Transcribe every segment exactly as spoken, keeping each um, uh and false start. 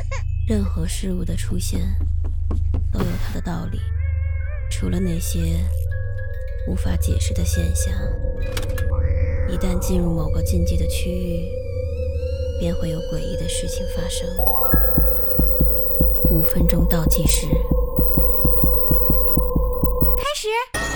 任何事物的出现都有它的道理，除了那些无法解释的现象，一旦进入某个禁忌的区域，便会有诡异的事情发生。五分钟倒计时， 开始。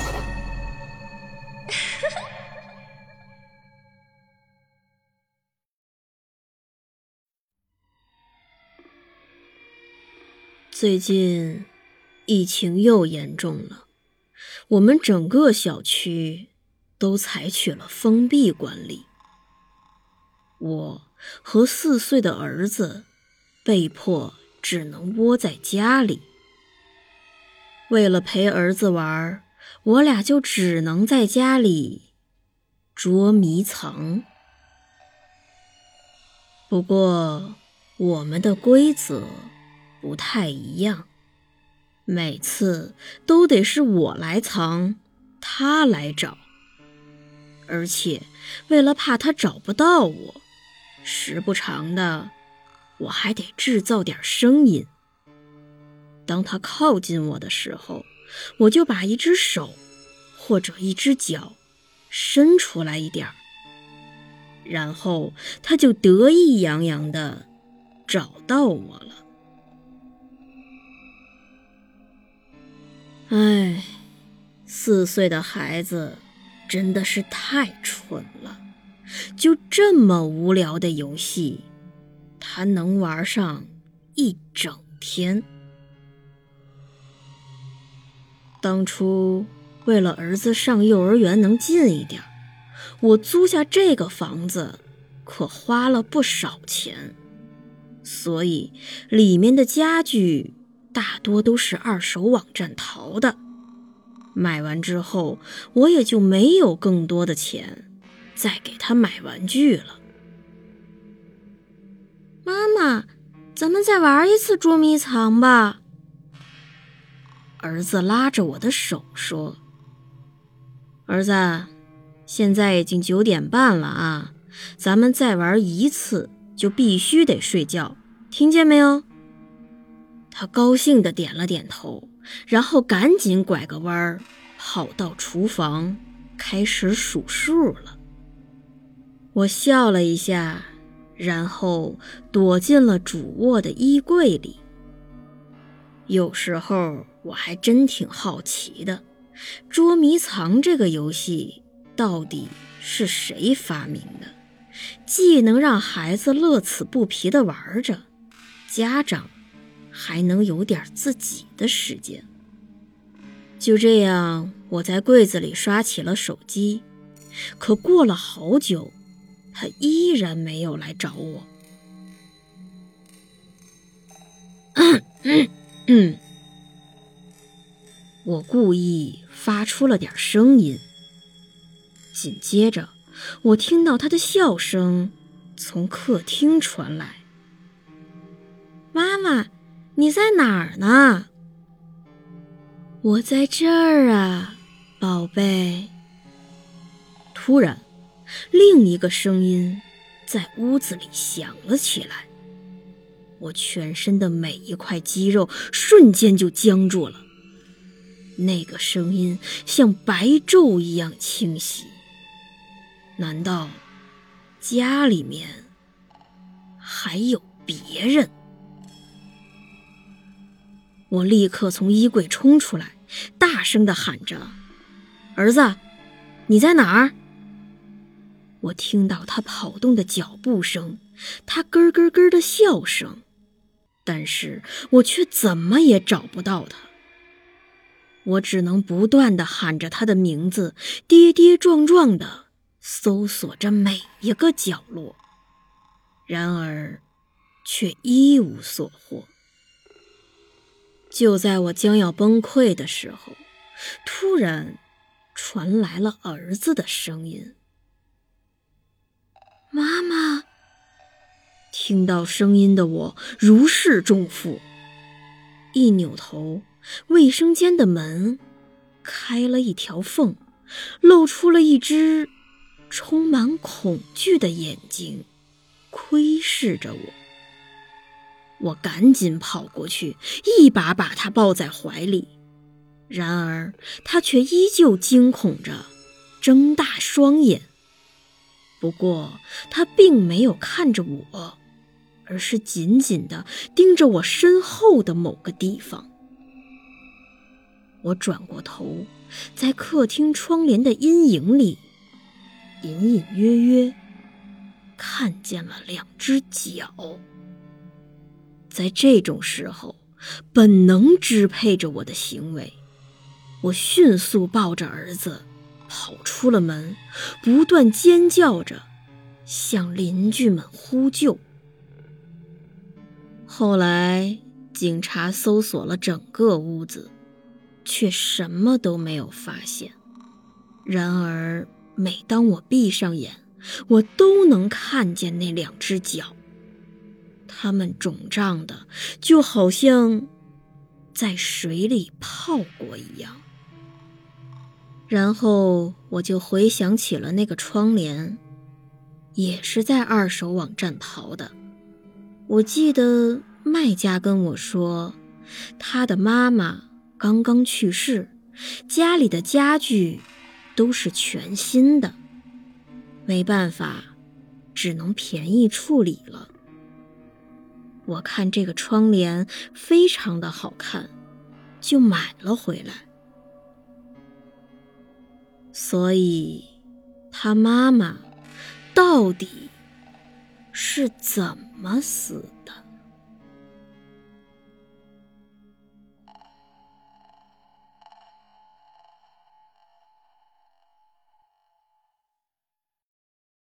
最近疫情又严重了，我们整个小区都采取了封闭管理。我和四岁的儿子被迫只能窝在家里。为了陪儿子玩，我俩就只能在家里捉迷藏。不过我们的规则不太一样，每次都得是我来藏，他来找。而且为了怕他找不到我，时不常的我还得制造点声音。当他靠近我的时候，我就把一只手或者一只脚伸出来一点，然后他就得意洋洋地找到我了。唉，四岁的孩子真的是太蠢了，就这么无聊的游戏，他能玩上一整天。当初为了儿子上幼儿园能近一点，我租下这个房子可花了不少钱，所以里面的家具大多都是二手网站淘的。买完之后，我也就没有更多的钱再给他买玩具了。 妈妈，咱们再玩一次捉迷藏吧。 儿子拉着我的手说：儿子，现在已经九点半了啊，咱们再玩一次就必须得睡觉，听见没有？他高兴地点了点头，然后赶紧拐个弯，跑到厨房开始数数了。我笑了一下，然后躲进了主卧的衣柜里。有时候我还真挺好奇的，捉迷藏这个游戏到底是谁发明的？既能让孩子乐此不疲地玩着，家长还能有点自己的时间。就这样，我在柜子里刷起了手机，可过了好久，他依然没有来找我。嗯嗯嗯，我故意发出了点声音，紧接着我听到他的笑声从客厅传来。 妈妈，你在哪儿呢？ 我在这儿啊，宝贝。突然，另一个声音在屋子里响了起来，我全身的每一块肌肉瞬间就僵住了。那个声音像白昼一样清晰。难道家里面还有别人？我立刻从衣柜冲出来，大声地喊着：儿子，你在哪儿？我听到他跑动的脚步声，他咯咯咯的笑声，但是我却怎么也找不到他。我只能不断地喊着他的名字，跌跌撞撞地搜索着每一个角落，然而却一无所获。就在我将要崩溃的时候，突然传来了儿子的声音： 妈妈。 听到声音的我如释重负，一扭头，卫生间的门开了一条缝，露出了一只充满恐惧的眼睛，窥视着我。 我赶紧跑过去，一把把他抱在怀里。然而他却依旧惊恐着，睁大双眼。不过他并没有看着我，而是紧紧地盯着我身后的某个地方。我转过头，在客厅窗帘的阴影里，隐隐约约看见了两只脚。在这种时候，本能支配着我的行为，我迅速抱着儿子跑出了门，不断尖叫着向邻居们呼救。后来警察搜索了整个屋子，却什么都没有发现。然而每当我闭上眼，我都能看见那两只脚，它们肿胀的就好像在水里泡过一样。然后我就回想起了那个窗帘，也是在二手网站淘的。我记得卖家跟我说，他的妈妈刚刚去世，家里的家具都是全新的，没办法，只能便宜处理了。我看这个窗帘非常的好看，就买了回来。所以他妈妈到底是怎么死的？